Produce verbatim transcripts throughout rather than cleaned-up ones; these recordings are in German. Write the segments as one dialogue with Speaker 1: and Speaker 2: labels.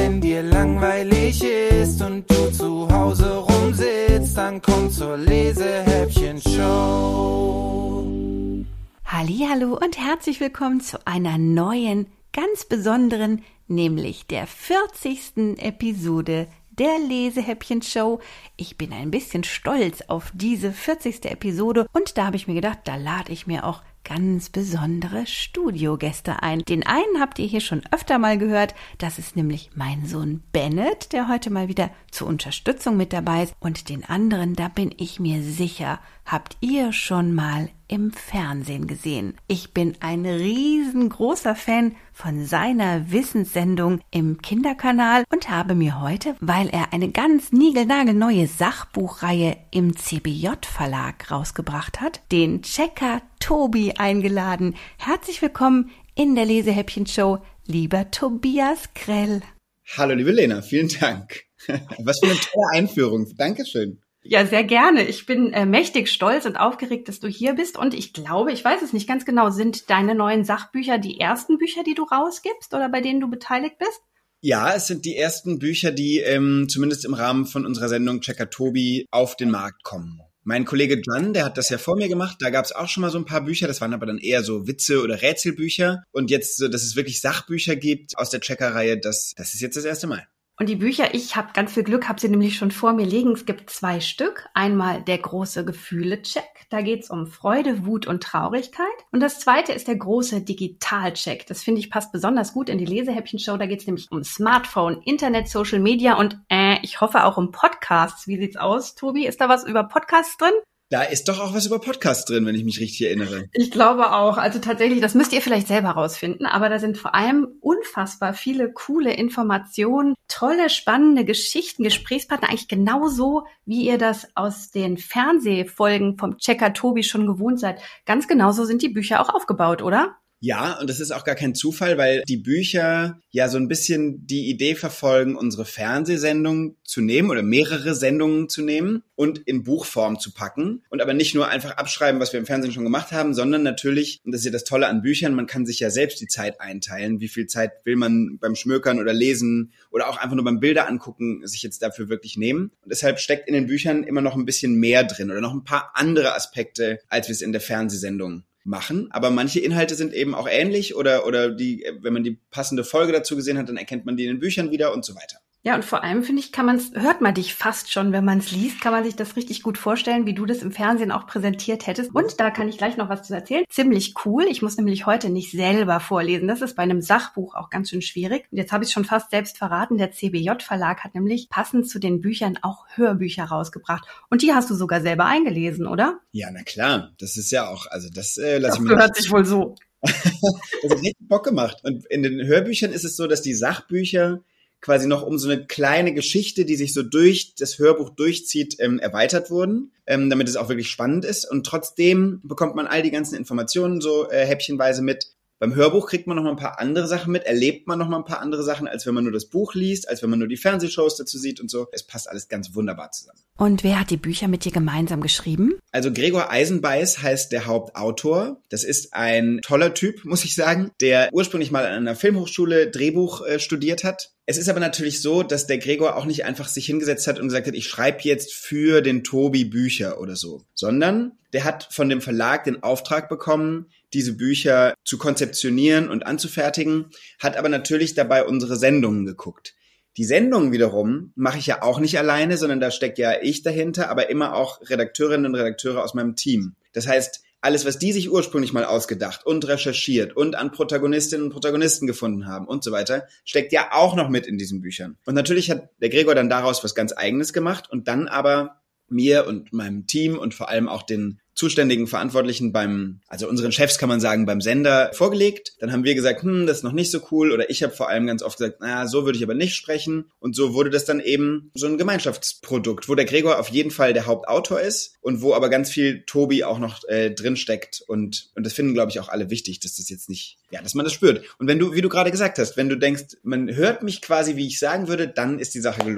Speaker 1: wenn dir langweilig ist und du zu Hause rumsitzt, dann komm zur Lesehäppchen-Show.
Speaker 2: Hallihallo und herzlich willkommen zu einer neuen, ganz besonderen, nämlich der vierzigsten Episode der Lesehäppchen-Show. Ich bin ein bisschen stolz auf diese vierzigste Episode und da habe ich mir gedacht, da lade ich mir auch ganz besondere Studiogäste ein. Den einen habt ihr hier schon öfter mal gehört, das ist nämlich mein Sohn Bennett, der heute mal wieder zur Unterstützung mit dabei ist. Und den anderen, da bin ich mir sicher, habt ihr schon mal im Fernsehen gesehen. Ich bin ein riesengroßer Fan von seiner Wissenssendung im Kinderkanal und habe mir heute, weil er eine ganz niegelnagelneue Sachbuchreihe im C B J-Verlag rausgebracht hat, den Checker Tobi eingeladen. Herzlich willkommen in der Lesehäppchen-Show, lieber Tobias Krell.
Speaker 3: Hallo liebe Lena, vielen Dank. Was für eine tolle Einführung. Dankeschön.
Speaker 2: Ja, sehr gerne. Ich bin äh, mächtig stolz und aufgeregt, dass du hier bist. Und ich glaube, ich weiß es nicht ganz genau, sind deine neuen Sachbücher die ersten Bücher, die du rausgibst oder bei denen du beteiligt bist?
Speaker 3: Ja, es sind die ersten Bücher, die ähm, zumindest im Rahmen von unserer Sendung Checker Tobi auf den Markt kommen. Mein Kollege Jan, der hat das ja vor mir gemacht, da gab es auch schon mal so ein paar Bücher, das waren aber dann eher so Witze- oder Rätselbücher. Und jetzt, so, dass es wirklich Sachbücher gibt aus der Checker-Reihe, das, das ist jetzt das erste Mal.
Speaker 2: Und die Bücher, ich habe ganz viel Glück, habe sie nämlich schon vor mir liegen. Es gibt zwei Stück. Einmal der große Gefühle-Check. Da geht's um Freude, Wut und Traurigkeit. Und das zweite ist der große Digital-Check. Das finde ich passt besonders gut in die Lesehäppchen-Show. Da geht's nämlich um Smartphone, Internet, Social Media und äh, ich hoffe auch um Podcasts. Wie sieht's aus, Tobi? Ist da was über Podcasts drin?
Speaker 3: Da ist doch auch was über Podcasts drin, wenn ich mich richtig erinnere.
Speaker 2: Ich glaube auch. Also tatsächlich, das müsst ihr vielleicht selber rausfinden. Aber da sind vor allem unfassbar viele coole Informationen, tolle, spannende Geschichten, Gesprächspartner. Eigentlich genauso, wie ihr das aus den Fernsehfolgen vom Checker Tobi schon gewohnt seid. Ganz genauso sind die Bücher auch aufgebaut, oder?
Speaker 3: Ja, und das ist auch gar kein Zufall, weil die Bücher ja so ein bisschen die Idee verfolgen, unsere Fernsehsendung zu nehmen oder mehrere Sendungen zu nehmen und in Buchform zu packen und aber nicht nur einfach abschreiben, was wir im Fernsehen schon gemacht haben, sondern natürlich, und das ist ja das Tolle an Büchern, man kann sich ja selbst die Zeit einteilen, wie viel Zeit will man beim Schmökern oder Lesen oder auch einfach nur beim Bilder angucken, sich jetzt dafür wirklich nehmen. Und deshalb steckt in den Büchern immer noch ein bisschen mehr drin oder noch ein paar andere Aspekte, als wir es in der Fernsehsendung machen, aber manche Inhalte sind eben auch ähnlich oder oder die, wenn man die passende Folge dazu gesehen hat, dann erkennt man die in den Büchern wieder und so weiter.
Speaker 2: Ja, und vor allem, finde ich, kann man's, hört man dich fast schon, wenn man es liest, kann man sich das richtig gut vorstellen, wie du das im Fernsehen auch präsentiert hättest. Und da kann ich gleich noch was zu erzählen. Ziemlich cool. Ich muss nämlich heute nicht selber vorlesen. Das ist bei einem Sachbuch auch ganz schön schwierig. Und jetzt habe ich es schon fast selbst verraten. Der C B J-Verlag hat nämlich passend zu den Büchern auch Hörbücher rausgebracht. Und die hast du sogar selber eingelesen, oder?
Speaker 3: Ja, na klar. Das ist ja auch, also das äh, lasse
Speaker 2: ich
Speaker 3: mir
Speaker 2: Das gehört sich wohl so.
Speaker 3: Das hat richtig Bock gemacht. Und in den Hörbüchern ist es so, dass die Sachbücher quasi noch um so eine kleine Geschichte, die sich so durch das Hörbuch durchzieht, ähm, erweitert wurden, ähm, damit es auch wirklich spannend ist. Und trotzdem bekommt man all die ganzen Informationen so äh, häppchenweise mit. Beim Hörbuch kriegt man noch mal ein paar andere Sachen mit, erlebt man noch mal ein paar andere Sachen, als wenn man nur das Buch liest, als wenn man nur die Fernsehshows dazu sieht und so. Es passt alles ganz wunderbar zusammen.
Speaker 2: Und wer hat die Bücher mit dir gemeinsam geschrieben?
Speaker 3: Also Gregor Eisenbeiß heißt der Hauptautor. Das ist ein toller Typ, muss ich sagen, der ursprünglich mal an einer Filmhochschule Drehbuch äh, studiert hat. Es ist aber natürlich so, dass der Gregor auch nicht einfach sich hingesetzt hat und gesagt hat, ich schreibe jetzt für den Tobi Bücher oder so, sondern der hat von dem Verlag den Auftrag bekommen, diese Bücher zu konzeptionieren und anzufertigen, hat aber natürlich dabei unsere Sendungen geguckt. Die Sendungen wiederum mache ich ja auch nicht alleine, sondern da steckt ja ich dahinter, aber immer auch Redakteurinnen und Redakteure aus meinem Team. Das heißt, alles, was die sich ursprünglich mal ausgedacht und recherchiert und an Protagonistinnen und Protagonisten gefunden haben und so weiter, steckt ja auch noch mit in diesen Büchern. Und natürlich hat der Gregor dann daraus was ganz Eigenes gemacht und dann aber mir und meinem Team und vor allem auch den zuständigen Verantwortlichen beim, also unseren Chefs kann man sagen, beim Sender vorgelegt. Dann haben wir gesagt, hm, das ist noch nicht so cool. Oder ich habe vor allem ganz oft gesagt, na, so würde ich aber nicht sprechen. Und so wurde das dann eben so ein Gemeinschaftsprodukt, wo der Gregor auf jeden Fall der Hauptautor ist und wo aber ganz viel Tobi auch noch äh, drinsteckt. Und und das finden, glaube ich, auch alle wichtig, dass das jetzt nicht, ja, dass man das spürt. Und wenn du, wie du gerade gesagt hast, wenn du denkst, man hört mich quasi, wie ich sagen würde, dann ist die Sache gelungen.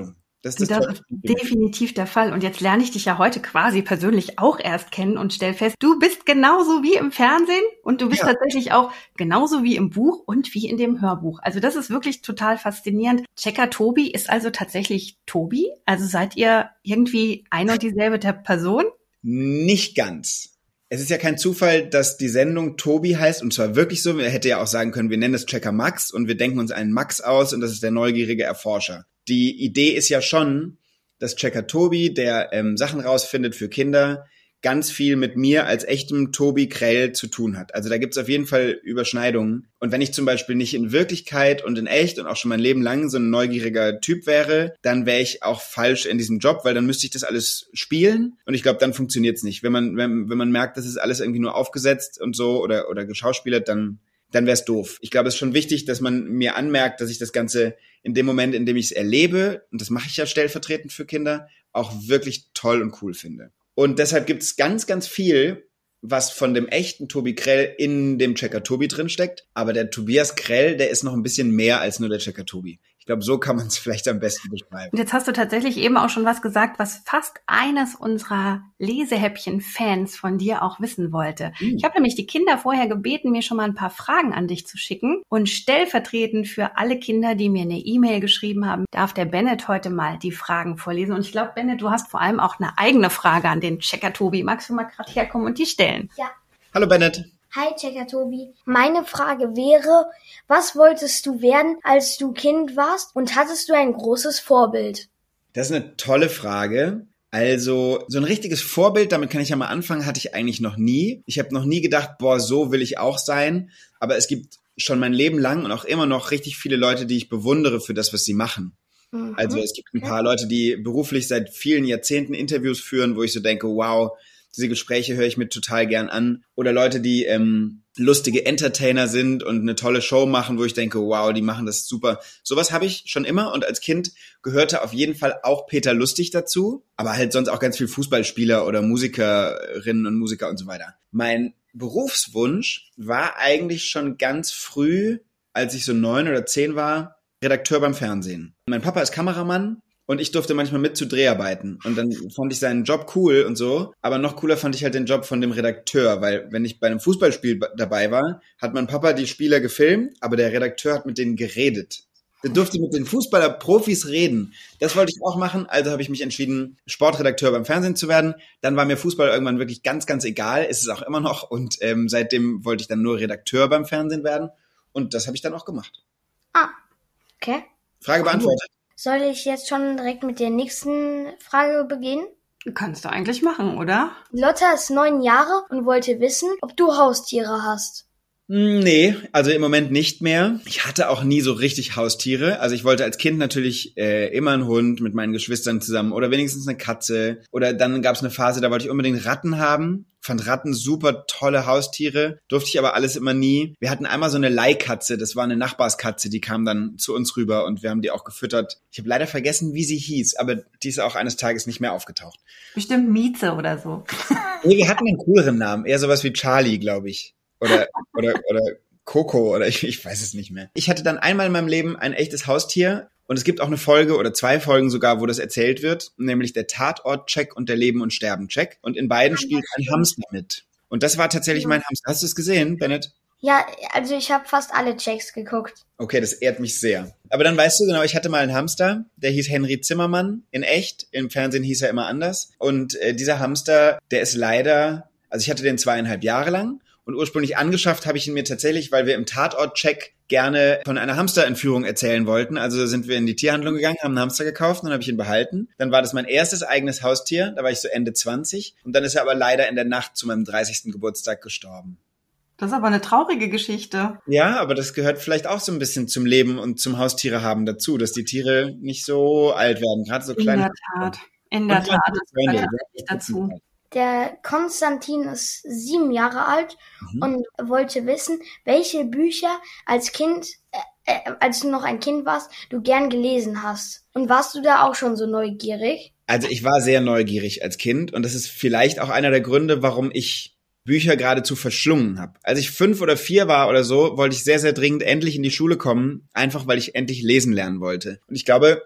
Speaker 3: Das ist, das
Speaker 2: das ist definitiv der Fall. Und jetzt lerne ich dich ja heute quasi persönlich auch erst kennen und stell fest, du bist genauso wie im Fernsehen und du bist ja. tatsächlich auch genauso wie im Buch und wie in dem Hörbuch. Also das ist wirklich total faszinierend. Checker Tobi ist also tatsächlich Tobi? Also seid ihr irgendwie ein und dieselbe Person?
Speaker 3: Nicht ganz. Es ist ja kein Zufall, dass die Sendung Tobi heißt, und zwar wirklich so. Er hätte ja auch sagen können, wir nennen es Checker Max und wir denken uns einen Max aus und das ist der neugierige Erforscher. Die Idee ist ja schon, dass Checker Tobi, der ähm, Sachen rausfindet für Kinder, ganz viel mit mir als echtem Tobi Krell zu tun hat. Also da gibt's auf jeden Fall Überschneidungen. Und wenn ich zum Beispiel nicht in Wirklichkeit und in echt und auch schon mein Leben lang so ein neugieriger Typ wäre, dann wäre ich auch falsch in diesem Job, weil dann müsste ich das alles spielen. Und ich glaube, dann funktioniert's nicht. Wenn man wenn, wenn man merkt, das ist alles irgendwie nur aufgesetzt und so oder oder geschauspielert, dann dann wäre es doof. Ich glaube, es ist schon wichtig, dass man mir anmerkt, dass ich das Ganze in dem Moment, in dem ich es erlebe, und das mache ich ja stellvertretend für Kinder, auch wirklich toll und cool finde. Und deshalb gibt es ganz, ganz viel, was von dem echten Tobi Krell in dem Checker Tobi drin steckt. Aber der Tobias Krell, der ist noch ein bisschen mehr als nur der Checker Tobi. Ich glaube, so kann man es vielleicht am besten beschreiben.
Speaker 2: Und jetzt hast du tatsächlich eben auch schon was gesagt, was fast eines unserer Lesehäppchen-Fans von dir auch wissen wollte. Mhm. Ich habe nämlich die Kinder vorher gebeten, mir schon mal ein paar Fragen an dich zu schicken. Und stellvertretend für alle Kinder, die mir eine E-Mail geschrieben haben, darf der Bennett heute mal die Fragen vorlesen. Und ich glaube, Bennett, du hast vor allem auch eine eigene Frage an den Checker Tobi. Magst du mal gerade herkommen und die stellen?
Speaker 4: Ja.
Speaker 3: Hallo Bennett.
Speaker 4: Hi Checker Tobi. Meine Frage wäre, was wolltest du werden, als du Kind warst und hattest du ein großes Vorbild?
Speaker 3: Das ist eine tolle Frage. Also so ein richtiges Vorbild, damit kann ich ja mal anfangen, hatte ich eigentlich noch nie. Ich habe noch nie gedacht, boah, so will ich auch sein. Aber es gibt schon mein Leben lang und auch immer noch richtig viele Leute, die ich bewundere für das, was sie machen. Mhm. Also es gibt ein paar Leute, die beruflich seit vielen Jahrzehnten Interviews führen, wo ich so denke, wow, diese Gespräche höre ich mir total gern an. Oder Leute, die ähm, lustige Entertainer sind und eine tolle Show machen, wo ich denke, wow, die machen das super. Sowas habe ich schon immer und als Kind gehörte auf jeden Fall auch Peter Lustig dazu, aber halt sonst auch ganz viel Fußballspieler oder Musikerinnen und Musiker und so weiter. Mein Berufswunsch war eigentlich schon ganz früh, als ich so neun oder zehn war, Redakteur beim Fernsehen. Mein Papa ist Kameramann. Und ich durfte manchmal mit zu Dreharbeiten. Und dann fand ich seinen Job cool und so. Aber noch cooler fand ich halt den Job von dem Redakteur. Weil wenn ich bei einem Fußballspiel dabei war, hat mein Papa die Spieler gefilmt, aber der Redakteur hat mit denen geredet. Der durfte mit den Fußballer-Profis reden. Das wollte ich auch machen. Also habe ich mich entschieden, Sportredakteur beim Fernsehen zu werden. Dann war mir Fußball irgendwann wirklich ganz, ganz egal. Ist es auch immer noch. Und ähm, seitdem wollte ich dann nur Redakteur beim Fernsehen werden. Und das habe ich dann auch gemacht.
Speaker 4: Ah, okay.
Speaker 3: Frage beantwortet.
Speaker 4: Soll ich jetzt schon direkt mit der nächsten Frage beginnen?
Speaker 2: Kannst du eigentlich machen, oder?
Speaker 4: Lotta ist neun Jahre und wollte wissen, ob du Haustiere hast.
Speaker 3: Nee, also im Moment nicht mehr. Ich hatte auch nie so richtig Haustiere. Also ich wollte als Kind natürlich äh, immer einen Hund mit meinen Geschwistern zusammen oder wenigstens eine Katze. Oder dann gab es eine Phase, da wollte ich unbedingt Ratten haben. Fand Ratten super tolle Haustiere, durfte ich aber alles immer nie. Wir hatten einmal so eine Leihkatze, das war eine Nachbarskatze, die kam dann zu uns rüber und wir haben die auch gefüttert. Ich habe leider vergessen, wie sie hieß, aber die ist auch eines Tages nicht mehr aufgetaucht.
Speaker 2: Bestimmt Mieze oder so.
Speaker 3: Nee, wir hatten einen cooleren Namen, eher sowas wie Charlie, glaube ich. Oder, oder, oder Coco oder ich, ich weiß es nicht mehr. Ich hatte dann einmal in meinem Leben ein echtes Haustier und es gibt auch eine Folge oder zwei Folgen sogar, wo das erzählt wird, nämlich der Tatort-Check und der Leben- und Sterben-Check. Und in beiden spielt ein Hamster mit. Und das war tatsächlich mein Hamster. Hast du es gesehen, Bennett?
Speaker 4: Ja, also ich habe fast alle Checks geguckt.
Speaker 3: Okay, das ehrt mich sehr. Aber dann weißt du genau, ich hatte mal einen Hamster, der hieß Henry Zimmermann in echt. Im Fernsehen hieß er immer anders. Und äh, dieser Hamster, der ist leider, also ich hatte den zweieinhalb Jahre lang. Und ursprünglich angeschafft habe ich ihn mir tatsächlich, weil wir im Tatort-Check gerne von einer Hamsterentführung erzählen wollten. Also sind wir in die Tierhandlung gegangen, haben einen Hamster gekauft, dann habe ich ihn behalten. Dann war das mein erstes eigenes Haustier, da war ich so Ende zwanzig. Und dann ist er aber leider in der Nacht zu meinem dreißigsten Geburtstag gestorben.
Speaker 2: Das ist aber eine traurige Geschichte.
Speaker 3: Ja, aber das gehört vielleicht auch so ein bisschen zum Leben und zum Haustiere haben dazu, dass die Tiere nicht so alt werden, gerade so kleine.
Speaker 2: In der Tat, in der Tat, das gehört tatsächlich dazu.
Speaker 4: Der Konstantin ist sieben Jahre alt mhm. und wollte wissen, welche Bücher als Kind, äh, als du noch ein Kind warst, du gern gelesen hast. Und warst du da auch schon so neugierig?
Speaker 3: Also ich war sehr neugierig als Kind und das ist vielleicht auch einer der Gründe, warum ich Bücher geradezu verschlungen habe. Als ich fünf oder vier war oder so, wollte ich sehr, sehr dringend endlich in die Schule kommen, einfach weil ich endlich lesen lernen wollte. Und ich glaube,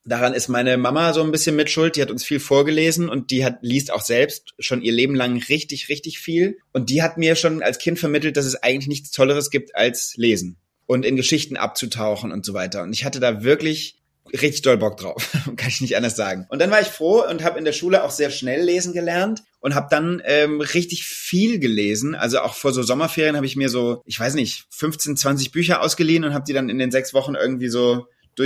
Speaker 3: Daran ist meine Mama so ein bisschen mit schuld. Die hat uns viel vorgelesen und die hat liest auch selbst schon ihr Leben lang richtig, richtig viel. Und die hat mir schon als Kind vermittelt, dass es eigentlich nichts Tolleres gibt als Lesen und in Geschichten abzutauchen und so weiter. Und ich hatte da wirklich richtig doll Bock drauf, kann ich nicht anders sagen. Und dann war ich froh und habe in der Schule auch sehr schnell lesen gelernt und habe dann ähm, richtig viel gelesen. Also auch vor so Sommerferien habe ich mir so, ich weiß nicht, fünfzehn, zwanzig Bücher ausgeliehen und habe die dann in den sechs Wochen irgendwie so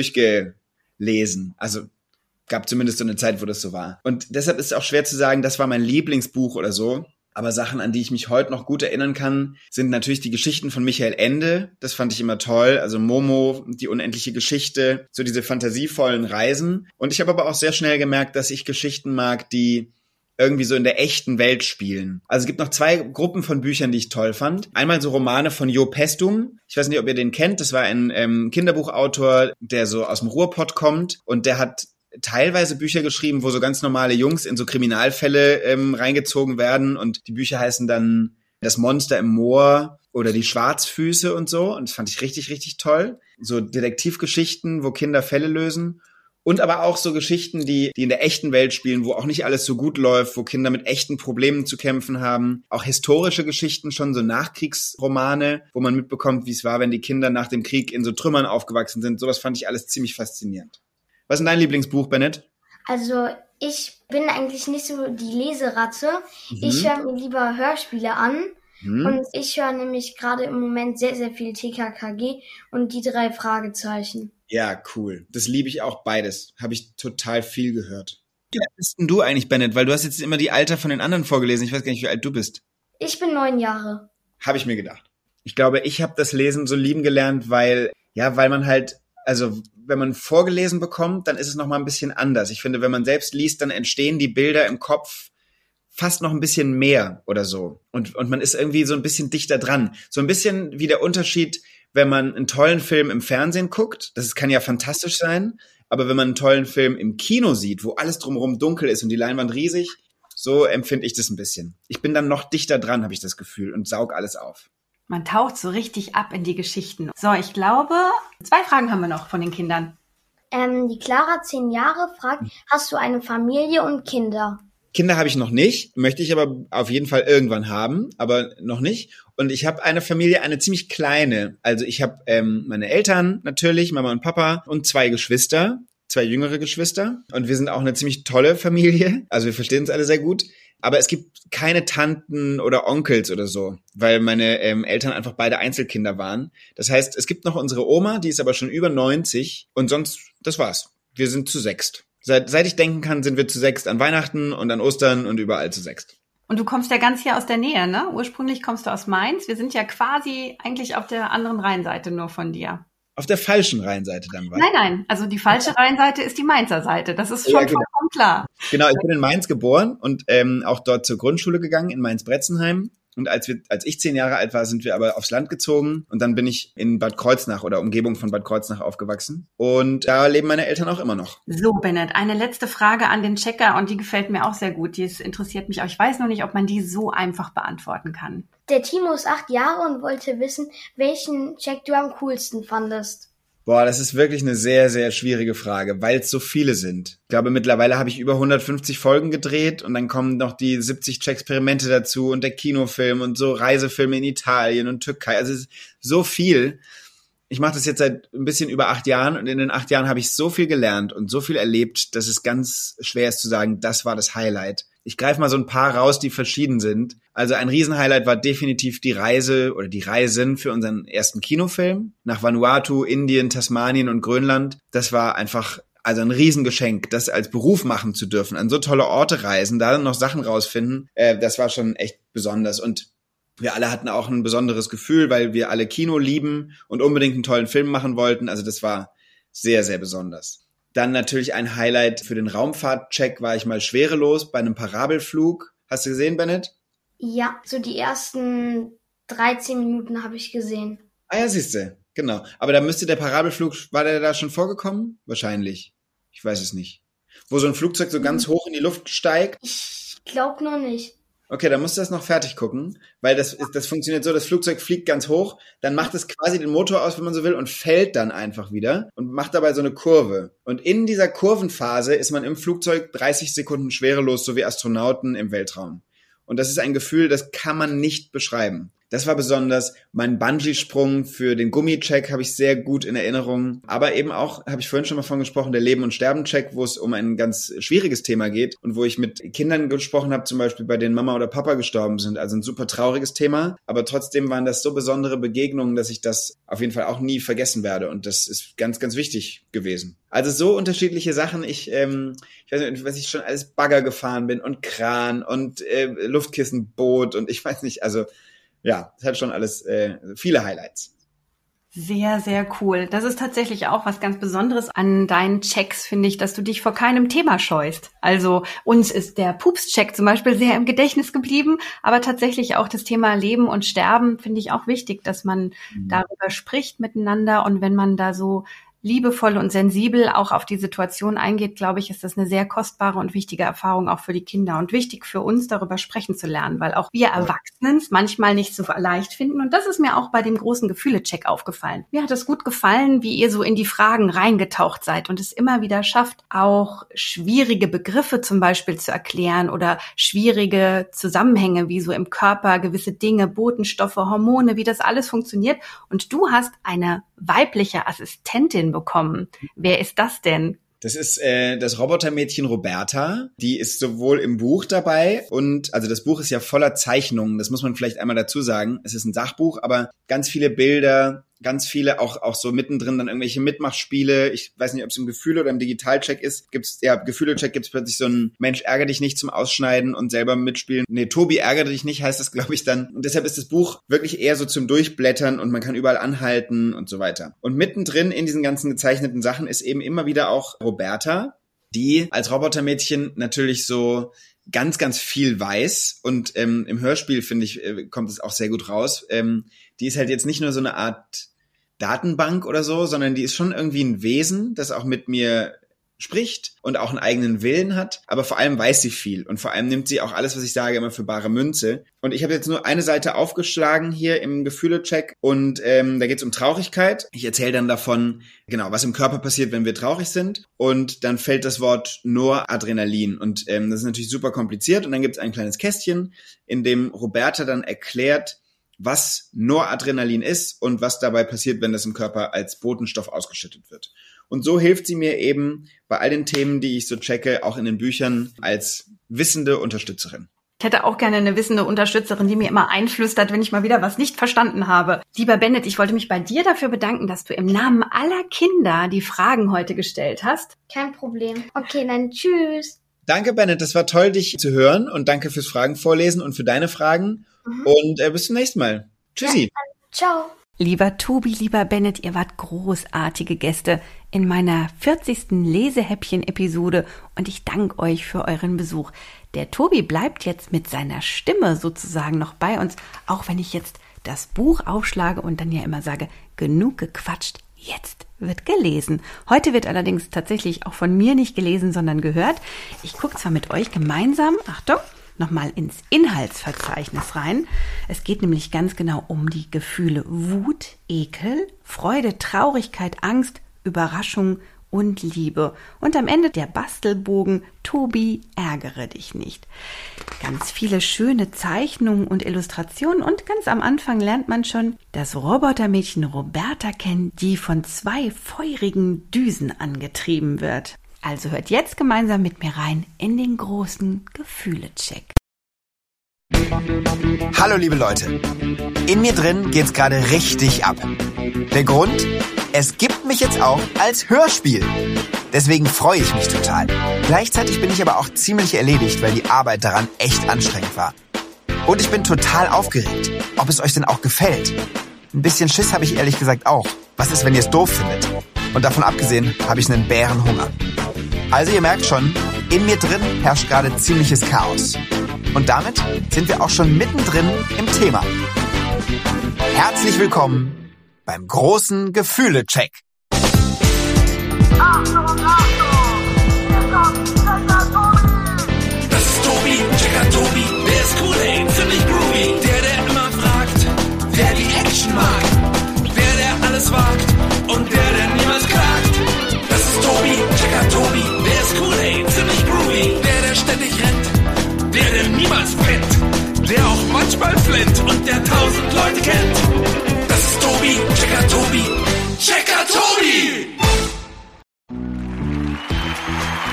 Speaker 3: durchgelesen. Also gab zumindest so eine Zeit, wo das so war. Und deshalb ist es auch schwer zu sagen, das war mein Lieblingsbuch oder so. Aber Sachen, an die ich mich heute noch gut erinnern kann, sind natürlich die Geschichten von Michael Ende. Das fand ich immer toll. Also Momo, die unendliche Geschichte, so diese fantasievollen Reisen. Und ich habe aber auch sehr schnell gemerkt, dass ich Geschichten mag, die irgendwie so in der echten Welt spielen. Also es gibt noch zwei Gruppen von Büchern, die ich toll fand. Einmal so Romane von Jo Pestum. Ich weiß nicht, ob ihr den kennt. Das war ein ähm, Kinderbuchautor, der so aus dem Ruhrpott kommt. Und der hat teilweise Bücher geschrieben, wo so ganz normale Jungs in so Kriminalfälle ähm, reingezogen werden und die Bücher heißen dann Das Monster im Moor oder Die Schwarzfüße und so und das fand ich richtig, richtig toll. So Detektivgeschichten, wo Kinder Fälle lösen und aber auch so Geschichten, die die in der echten Welt spielen, wo auch nicht alles so gut läuft, wo Kinder mit echten Problemen zu kämpfen haben. Auch historische Geschichten, schon so Nachkriegsromane, wo man mitbekommt, wie es war, wenn die Kinder nach dem Krieg in so Trümmern aufgewachsen sind. Sowas fand ich alles ziemlich faszinierend. Was ist dein Lieblingsbuch, Bennett?
Speaker 4: Also ich bin eigentlich nicht so die Leseratte. Mhm. Ich höre mir lieber Hörspiele an. Mhm. Und ich höre nämlich gerade im Moment sehr, sehr viel T K K G und die drei Fragezeichen.
Speaker 3: Ja, cool. Das liebe ich auch beides. Habe ich total viel gehört. Wie alt bist denn du eigentlich, Bennett? Weil du hast jetzt immer die Alter von den anderen vorgelesen. Ich weiß gar nicht, wie alt du bist.
Speaker 4: Ich bin neun Jahre.
Speaker 3: Habe ich mir gedacht. Ich glaube, ich habe das Lesen so lieben gelernt, weil, ja, weil man halt, also wenn man vorgelesen bekommt, dann ist es nochmal ein bisschen anders. Ich finde, wenn man selbst liest, dann entstehen die Bilder im Kopf fast noch ein bisschen mehr oder so. Und, und man ist irgendwie so ein bisschen dichter dran. So ein bisschen wie der Unterschied, wenn man einen tollen Film im Fernsehen guckt. Das kann ja fantastisch sein. Aber wenn man einen tollen Film im Kino sieht, wo alles drumherum dunkel ist und die Leinwand riesig, so empfinde ich das ein bisschen. Ich bin dann noch dichter dran, habe ich das Gefühl, und saug alles auf.
Speaker 2: Man taucht so richtig ab in die Geschichten. So, ich glaube, zwei Fragen haben wir noch von den Kindern.
Speaker 4: Ähm, die Clara, zehn Jahre, fragt, hast du eine Familie und Kinder?
Speaker 3: Kinder habe ich noch nicht, möchte ich aber auf jeden Fall irgendwann haben, aber noch nicht. Und ich habe eine Familie, eine ziemlich kleine. Also ich habe ähm, meine Eltern natürlich, Mama und Papa und zwei Geschwister, zwei jüngere Geschwister. Und wir sind auch eine ziemlich tolle Familie. Also wir verstehen uns alle sehr gut. Aber es gibt keine Tanten oder Onkels oder so, weil meine ähm, Eltern einfach beide Einzelkinder waren. Das heißt, es gibt noch unsere Oma, die ist aber schon über neunzig und sonst, das war's. Wir sind zu sechst. Seit, seit ich denken kann, sind wir zu sechst an Weihnachten und an Ostern und überall zu sechst.
Speaker 2: Und du kommst ja ganz hier aus der Nähe, ne? Ursprünglich kommst du aus Mainz. Wir sind ja quasi eigentlich auf der anderen Rheinseite nur von dir.
Speaker 3: Auf der falschen Rheinseite dann war.
Speaker 2: Nein, nein, also die falsche Rheinseite ist die Mainzer Seite. Das ist schon ja, genau. vollkommen klar.
Speaker 3: Genau, ich bin in Mainz geboren und ähm, auch dort zur Grundschule gegangen, in Mainz-Bretzenheim. Und als wir, als ich zehn Jahre alt war, sind wir aber aufs Land gezogen und dann bin ich in Bad Kreuznach oder Umgebung von Bad Kreuznach aufgewachsen. Und da leben meine Eltern auch immer noch.
Speaker 2: So, Bennett, eine letzte Frage an den Checker und die gefällt mir auch sehr gut. Die interessiert mich, aber ich weiß noch nicht, ob man die so einfach beantworten kann.
Speaker 4: Der Timo ist acht Jahre und wollte wissen, welchen Check du am coolsten fandest.
Speaker 3: Boah, das ist wirklich eine sehr, sehr schwierige Frage, weil es so viele sind. Ich glaube, mittlerweile habe ich über hundertfünfzig Folgen gedreht und dann kommen noch die siebzig Check-Experimente dazu und der Kinofilm und so Reisefilme in Italien und Türkei. Also es ist so viel. Ich mache das jetzt seit ein bisschen über acht Jahren und in den acht Jahren habe ich so viel gelernt und so viel erlebt, dass es ganz schwer ist zu sagen, das war das Highlight. Ich greife mal so ein paar raus, die verschieden sind. Also ein Riesenhighlight war definitiv die Reise oder die Reisen für unseren ersten Kinofilm nach Vanuatu, Indien, Tasmanien und Grönland. Das war einfach also ein Riesengeschenk, das als Beruf machen zu dürfen, an so tolle Orte reisen, da dann noch Sachen rausfinden. Äh, das war schon echt besonders und wir alle hatten auch ein besonderes Gefühl, weil wir alle Kino lieben und unbedingt einen tollen Film machen wollten. Also das war sehr, sehr besonders. Dann natürlich ein Highlight für den Raumfahrtcheck war ich mal schwerelos bei einem Parabelflug. Hast du gesehen, Bennett?
Speaker 4: Ja, so die ersten dreizehn Minuten habe ich gesehen.
Speaker 3: Ah ja, siehste, genau. Aber da müsste der Parabelflug, war der da schon vorgekommen? Wahrscheinlich. Ich weiß es nicht. Wo so ein Flugzeug so ganz hoch in die Luft steigt?
Speaker 4: Ich glaube noch nicht.
Speaker 3: Okay, dann musst du das noch fertig gucken, weil das ist, das funktioniert so, das Flugzeug fliegt ganz hoch, dann macht es quasi den Motor aus, wenn man so will, und fällt dann einfach wieder und macht dabei so eine Kurve. Und in dieser Kurvenphase ist man im Flugzeug dreißig Sekunden schwerelos, so wie Astronauten im Weltraum. Und das ist ein Gefühl, das kann man nicht beschreiben. Das war besonders. Mein Bungee-Sprung für den Gummi-Check habe ich sehr gut in Erinnerung. Aber eben auch, habe ich vorhin schon mal von gesprochen, der Leben- und Sterben-Check, wo es um ein ganz schwieriges Thema geht und wo ich mit Kindern gesprochen habe, zum Beispiel bei denen Mama oder Papa gestorben sind. Also ein super trauriges Thema. Aber trotzdem waren das so besondere Begegnungen, dass ich das auf jeden Fall auch nie vergessen werde. Und das ist ganz, ganz wichtig gewesen. Also so unterschiedliche Sachen. Ich, ähm, ich weiß nicht, was ich schon alles Bagger gefahren bin und Kran und äh, Luftkissenboot und ich weiß nicht, also ja, es hat schon alles äh, viele Highlights.
Speaker 2: Sehr, sehr cool. Das ist tatsächlich auch was ganz Besonderes an deinen Checks, finde ich, dass du dich vor keinem Thema scheust. Also uns ist der Pups-Check zum Beispiel sehr im Gedächtnis geblieben, aber tatsächlich auch das Thema Leben und Sterben finde ich auch wichtig, dass man mhm. darüber spricht miteinander, und wenn man da so liebevoll und sensibel auch auf die Situation eingeht, glaube ich, ist das eine sehr kostbare und wichtige Erfahrung auch für die Kinder und wichtig für uns, darüber sprechen zu lernen, weil auch wir Erwachsenen es manchmal nicht so leicht finden, und das ist mir auch bei dem großen Gefühle-Check aufgefallen. Mir hat es gut gefallen, wie ihr so in die Fragen reingetaucht seid und es immer wieder schafft, auch schwierige Begriffe zum Beispiel zu erklären oder schwierige Zusammenhänge, wie so im Körper gewisse Dinge, Botenstoffe, Hormone, wie das alles funktioniert, und du hast eine weibliche Assistentin bekommen. Wer ist das denn?
Speaker 3: Das ist äh, das Robotermädchen Roberta. Die ist sowohl im Buch dabei und, also das Buch ist ja voller Zeichnungen, das muss man vielleicht einmal dazu sagen. Es ist ein Sachbuch, aber ganz viele Bilder, ganz viele, auch auch so mittendrin dann irgendwelche Mitmachspiele. Ich weiß nicht, ob es im Gefühle oder im Digitalcheck ist. Gibt's, ja, Gefühle-Check gibt's plötzlich so ein Mensch, ärgere dich nicht zum Ausschneiden und selber mitspielen. Nee, Tobi, ärgere dich nicht, heißt das, glaube ich, dann. Und deshalb ist das Buch wirklich eher so zum Durchblättern und man kann überall anhalten und so weiter. Und mittendrin in diesen ganzen gezeichneten Sachen ist eben immer wieder auch Roberta, die als Robotermädchen natürlich so ganz, ganz viel weiß, und ähm, im Hörspiel, finde ich, äh, kommt es auch sehr gut raus. Ähm, die ist halt jetzt nicht nur so eine Art Datenbank oder so, sondern die ist schon irgendwie ein Wesen, das auch mit mir spricht und auch einen eigenen Willen hat, aber vor allem weiß sie viel und vor allem nimmt sie auch alles, was ich sage, immer für bare Münze. Und ich habe jetzt nur eine Seite aufgeschlagen hier im Gefühle-Check, und ähm, da geht es um Traurigkeit. Ich erzähle dann davon, genau, was im Körper passiert, wenn wir traurig sind, und dann fällt das Wort Noradrenalin, und ähm, das ist natürlich super kompliziert, und dann gibt es ein kleines Kästchen, in dem Roberta dann erklärt, was Noradrenalin ist und was dabei passiert, wenn das im Körper als Botenstoff ausgeschüttet wird. Und so hilft sie mir eben bei all den Themen, die ich so checke, auch in den Büchern, als wissende Unterstützerin.
Speaker 2: Ich hätte auch gerne eine wissende Unterstützerin, die mir immer einflüstert, wenn ich mal wieder was nicht verstanden habe. Lieber Bennett, ich wollte mich bei dir dafür bedanken, dass du im Namen aller Kinder die Fragen heute gestellt hast.
Speaker 4: Kein Problem. Okay, dann tschüss.
Speaker 3: Danke, Bennett, das war toll, dich zu hören, und danke fürs Fragen vorlesen und für deine Fragen. Mhm. Und äh, bis zum nächsten Mal. Tschüssi.
Speaker 4: Ja, ciao.
Speaker 2: Lieber Tobi, lieber Bennett, ihr wart großartige Gäste in meiner vierzigsten Lesehäppchen-Episode, und ich danke euch für euren Besuch. Der Tobi bleibt jetzt mit seiner Stimme sozusagen noch bei uns, auch wenn ich jetzt das Buch aufschlage und dann ja immer sage, genug gequatscht, jetzt wird gelesen. Heute wird allerdings tatsächlich auch von mir nicht gelesen, sondern gehört. Ich gucke zwar mit euch gemeinsam, Achtung, nochmal ins Inhaltsverzeichnis rein. Es geht nämlich ganz genau um die Gefühle Wut, Ekel, Freude, Traurigkeit, Angst, Überraschung und Liebe. Und am Ende der Bastelbogen, Tobi, ärgere dich nicht. Ganz viele schöne Zeichnungen und Illustrationen, und ganz am Anfang lernt man schon das Robotermädchen Roberta kennen, die von zwei feurigen Düsen angetrieben wird. Also hört jetzt gemeinsam mit mir rein in den großen Gefühle-Check.
Speaker 5: Hallo liebe Leute, in mir drin geht's gerade richtig ab. Der Grund? Es gibt mich jetzt auch als Hörspiel. Deswegen freue ich mich total. Gleichzeitig bin ich aber auch ziemlich erledigt, weil die Arbeit daran echt anstrengend war. Und ich bin total aufgeregt, ob es euch denn auch gefällt. Ein bisschen Schiss habe ich ehrlich gesagt auch. Was ist, wenn ihr es doof findet? Und davon abgesehen habe ich einen Bärenhunger. Also ihr merkt schon, in mir drin herrscht gerade ziemliches Chaos. Und damit sind wir auch schon mittendrin im Thema. Herzlich willkommen beim großen Gefühle-Check.
Speaker 6: Achtung, Achtung! Hier kommt Checker Tobi! Das ist Tobi, Checker Tobi, der ist cool, ey.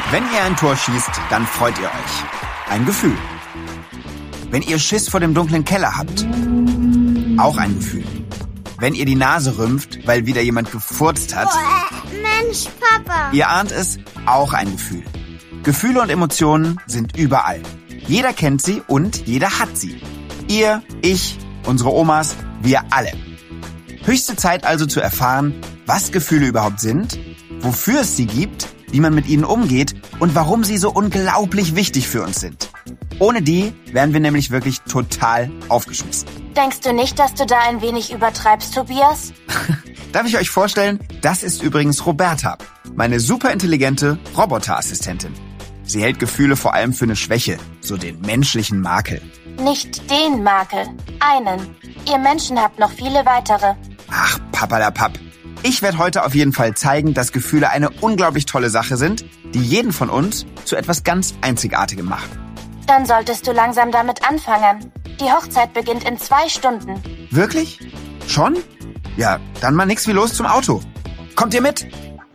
Speaker 5: Wenn ihr ein Tor schießt, dann freut ihr euch. Ein Gefühl. Wenn ihr Schiss vor dem dunklen Keller habt, auch ein Gefühl. Wenn ihr die Nase rümpft, weil wieder jemand gefurzt hat,
Speaker 6: Mensch, Papa.
Speaker 5: Ihr ahnt es, auch ein Gefühl. Gefühle und Emotionen sind überall. Jeder kennt sie und jeder hat sie. Ihr, ich, unsere Omas, wir alle. Höchste Zeit also zu erfahren, was Gefühle überhaupt sind, wofür es sie gibt, wie man mit ihnen umgeht und warum sie so unglaublich wichtig für uns sind. Ohne die wären wir nämlich wirklich total aufgeschmissen.
Speaker 6: Denkst du nicht, dass du da ein wenig übertreibst, Tobias?
Speaker 5: Darf ich euch vorstellen, das ist übrigens Roberta, meine superintelligente Roboterassistentin. Sie hält Gefühle vor allem für eine Schwäche, so den menschlichen Makel.
Speaker 6: Nicht den Makel, einen. Ihr Menschen habt noch viele weitere.
Speaker 5: Ach, Papperlapapp. Ich werde heute auf jeden Fall zeigen, dass Gefühle eine unglaublich tolle Sache sind, die jeden von uns zu etwas ganz Einzigartigem machen.
Speaker 6: Dann solltest du langsam damit anfangen. Die Hochzeit beginnt in zwei Stunden.
Speaker 5: Wirklich? Schon? Ja, dann mal nix wie los zum Auto. Kommt ihr mit?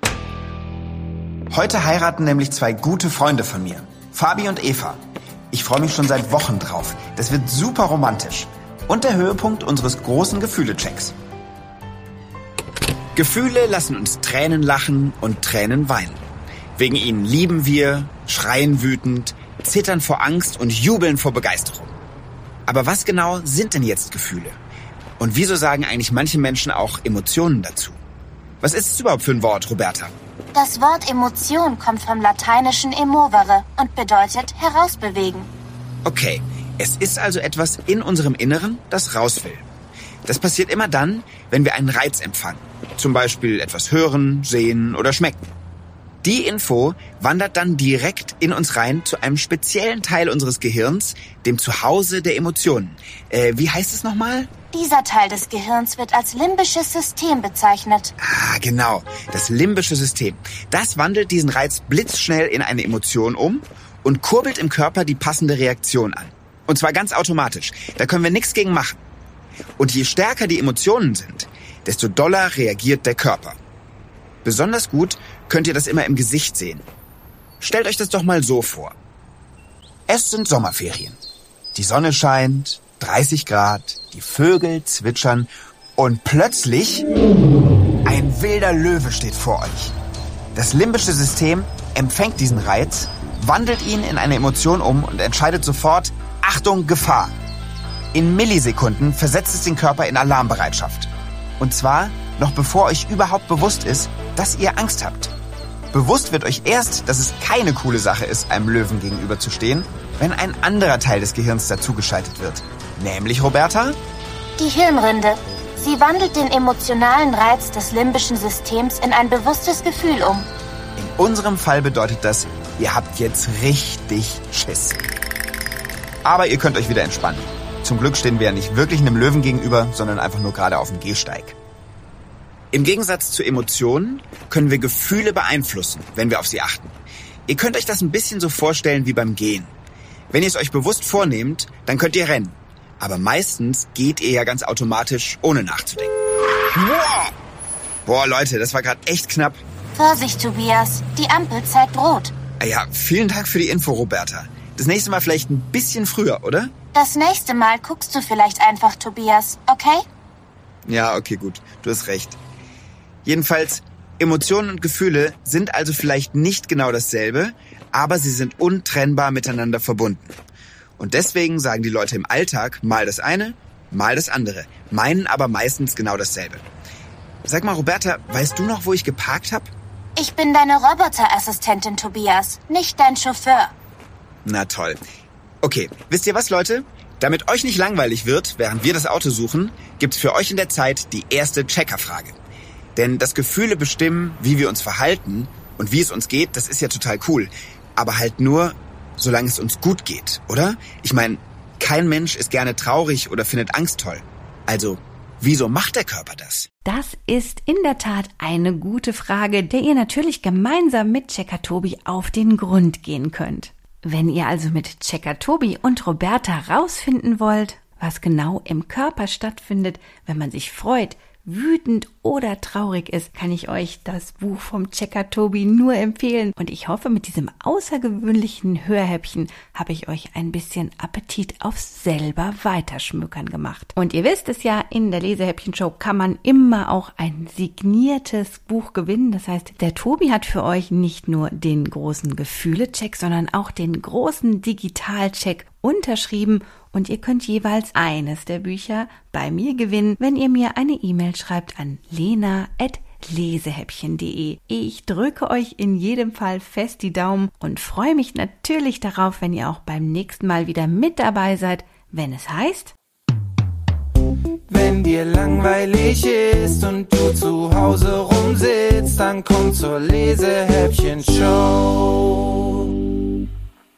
Speaker 5: Heute heiraten nämlich zwei gute Freunde von mir, Fabi und Eva. Ich freue mich schon seit Wochen drauf. Das wird super romantisch. Und der Höhepunkt unseres großen Gefühle-Checks. Gefühle lassen uns Tränen lachen und Tränen weinen. Wegen ihnen lieben wir, schreien wütend, zittern vor Angst und jubeln vor Begeisterung. Aber was genau sind denn jetzt Gefühle? Und wieso sagen eigentlich manche Menschen auch Emotionen dazu? Was ist es überhaupt für ein Wort, Roberta?
Speaker 6: Das Wort Emotion kommt vom lateinischen emovere und bedeutet herausbewegen.
Speaker 5: Okay, es ist also etwas in unserem Inneren, das raus will. Das passiert immer dann, wenn wir einen Reiz empfangen. Zum Beispiel etwas hören, sehen oder schmecken. Die Info wandert dann direkt in uns rein zu einem speziellen Teil unseres Gehirns, dem Zuhause der Emotionen. Äh, wie heißt es nochmal?
Speaker 6: Dieser Teil des Gehirns wird als limbisches System bezeichnet.
Speaker 5: Ah, genau. Das limbische System. Das wandelt diesen Reiz blitzschnell in eine Emotion um und kurbelt im Körper die passende Reaktion an. Und zwar ganz automatisch. Da können wir nichts gegen machen. Und je stärker die Emotionen sind, desto doller reagiert der Körper. Besonders gut könnt ihr das immer im Gesicht sehen. Stellt euch das doch mal so vor. Es sind Sommerferien. Die Sonne scheint, dreißig Grad, die Vögel zwitschern und plötzlich ein wilder Löwe steht vor euch. Das limbische System empfängt diesen Reiz, wandelt ihn in eine Emotion um und entscheidet sofort, Achtung, Gefahr. In Millisekunden versetzt es den Körper in Alarmbereitschaft. Und zwar noch bevor euch überhaupt bewusst ist, dass ihr Angst habt. Bewusst wird euch erst, dass es keine coole Sache ist, einem Löwen gegenüberzustehen, wenn ein anderer Teil des Gehirns dazugeschaltet wird. Nämlich, Roberta?
Speaker 6: Die Hirnrinde. Sie wandelt den emotionalen Reiz des limbischen Systems in ein bewusstes Gefühl um.
Speaker 5: In unserem Fall bedeutet das, ihr habt jetzt richtig Schiss. Aber ihr könnt euch wieder entspannen. Zum Glück stehen wir ja nicht wirklich einem Löwen gegenüber, sondern einfach nur gerade auf dem Gehsteig. Im Gegensatz zu Emotionen können wir Gefühle beeinflussen, wenn wir auf sie achten. Ihr könnt euch das ein bisschen so vorstellen wie beim Gehen. Wenn ihr es euch bewusst vornehmt, dann könnt ihr rennen. Aber meistens geht ihr ja ganz automatisch, ohne nachzudenken. Wow! Boah, Leute, das war gerade echt knapp.
Speaker 6: Vorsicht, Tobias. Die Ampel zeigt rot.
Speaker 5: Ah ja, vielen Dank für die Info, Roberta. Das nächste Mal vielleicht ein bisschen früher, oder?
Speaker 6: Das nächste Mal guckst du vielleicht einfach, Tobias, okay?
Speaker 5: Ja, okay, gut. Du hast recht. Jedenfalls, Emotionen und Gefühle sind also vielleicht nicht genau dasselbe, aber sie sind untrennbar miteinander verbunden. Und deswegen sagen die Leute im Alltag mal das eine, mal das andere, meinen aber meistens genau dasselbe. Sag mal, Roberta, weißt du noch, wo ich geparkt habe?
Speaker 6: Ich bin deine Roboterassistentin, Tobias, nicht dein Chauffeur.
Speaker 5: Na toll. Okay, wisst ihr was, Leute? Damit euch nicht langweilig wird, während wir das Auto suchen, gibt's für euch in der Zeit die erste Checkerfrage. Denn dass Gefühle bestimmen, wie wir uns verhalten und wie es uns geht, das ist ja total cool. Aber halt nur, solange es uns gut geht, oder? Ich meine, kein Mensch ist gerne traurig oder findet Angst toll. Also, wieso macht der Körper das?
Speaker 2: Das ist in der Tat eine gute Frage, der ihr natürlich gemeinsam mit Checker Tobi auf den Grund gehen könnt. Wenn ihr also mit Checker Tobi und Roberta rausfinden wollt, was genau im Körper stattfindet, wenn man sich freut, wütend oder traurig ist, kann ich euch das Buch vom Checker Tobi nur empfehlen. Und ich hoffe, mit diesem außergewöhnlichen Hörhäppchen habe ich euch ein bisschen Appetit aufs selber Weiterschmökern gemacht. Und ihr wisst es ja, in der Lesehäppchen-Show kann man immer auch ein signiertes Buch gewinnen. Das heißt, der Tobi hat für euch nicht nur den großen Gefühle-Check, sondern auch den großen Digital-Check unterschrieben und ihr könnt jeweils eines der Bücher bei mir gewinnen, wenn ihr mir eine E-Mail schreibt an lena at lesehäppchen punkt de. Ich drücke euch in jedem Fall fest die Daumen und freue mich natürlich darauf, wenn ihr auch beim nächsten Mal wieder mit dabei seid, wenn es heißt:
Speaker 1: Wenn dir langweilig ist und du zu Hause rumsitzt, dann komm zur Lesehäppchen-Show.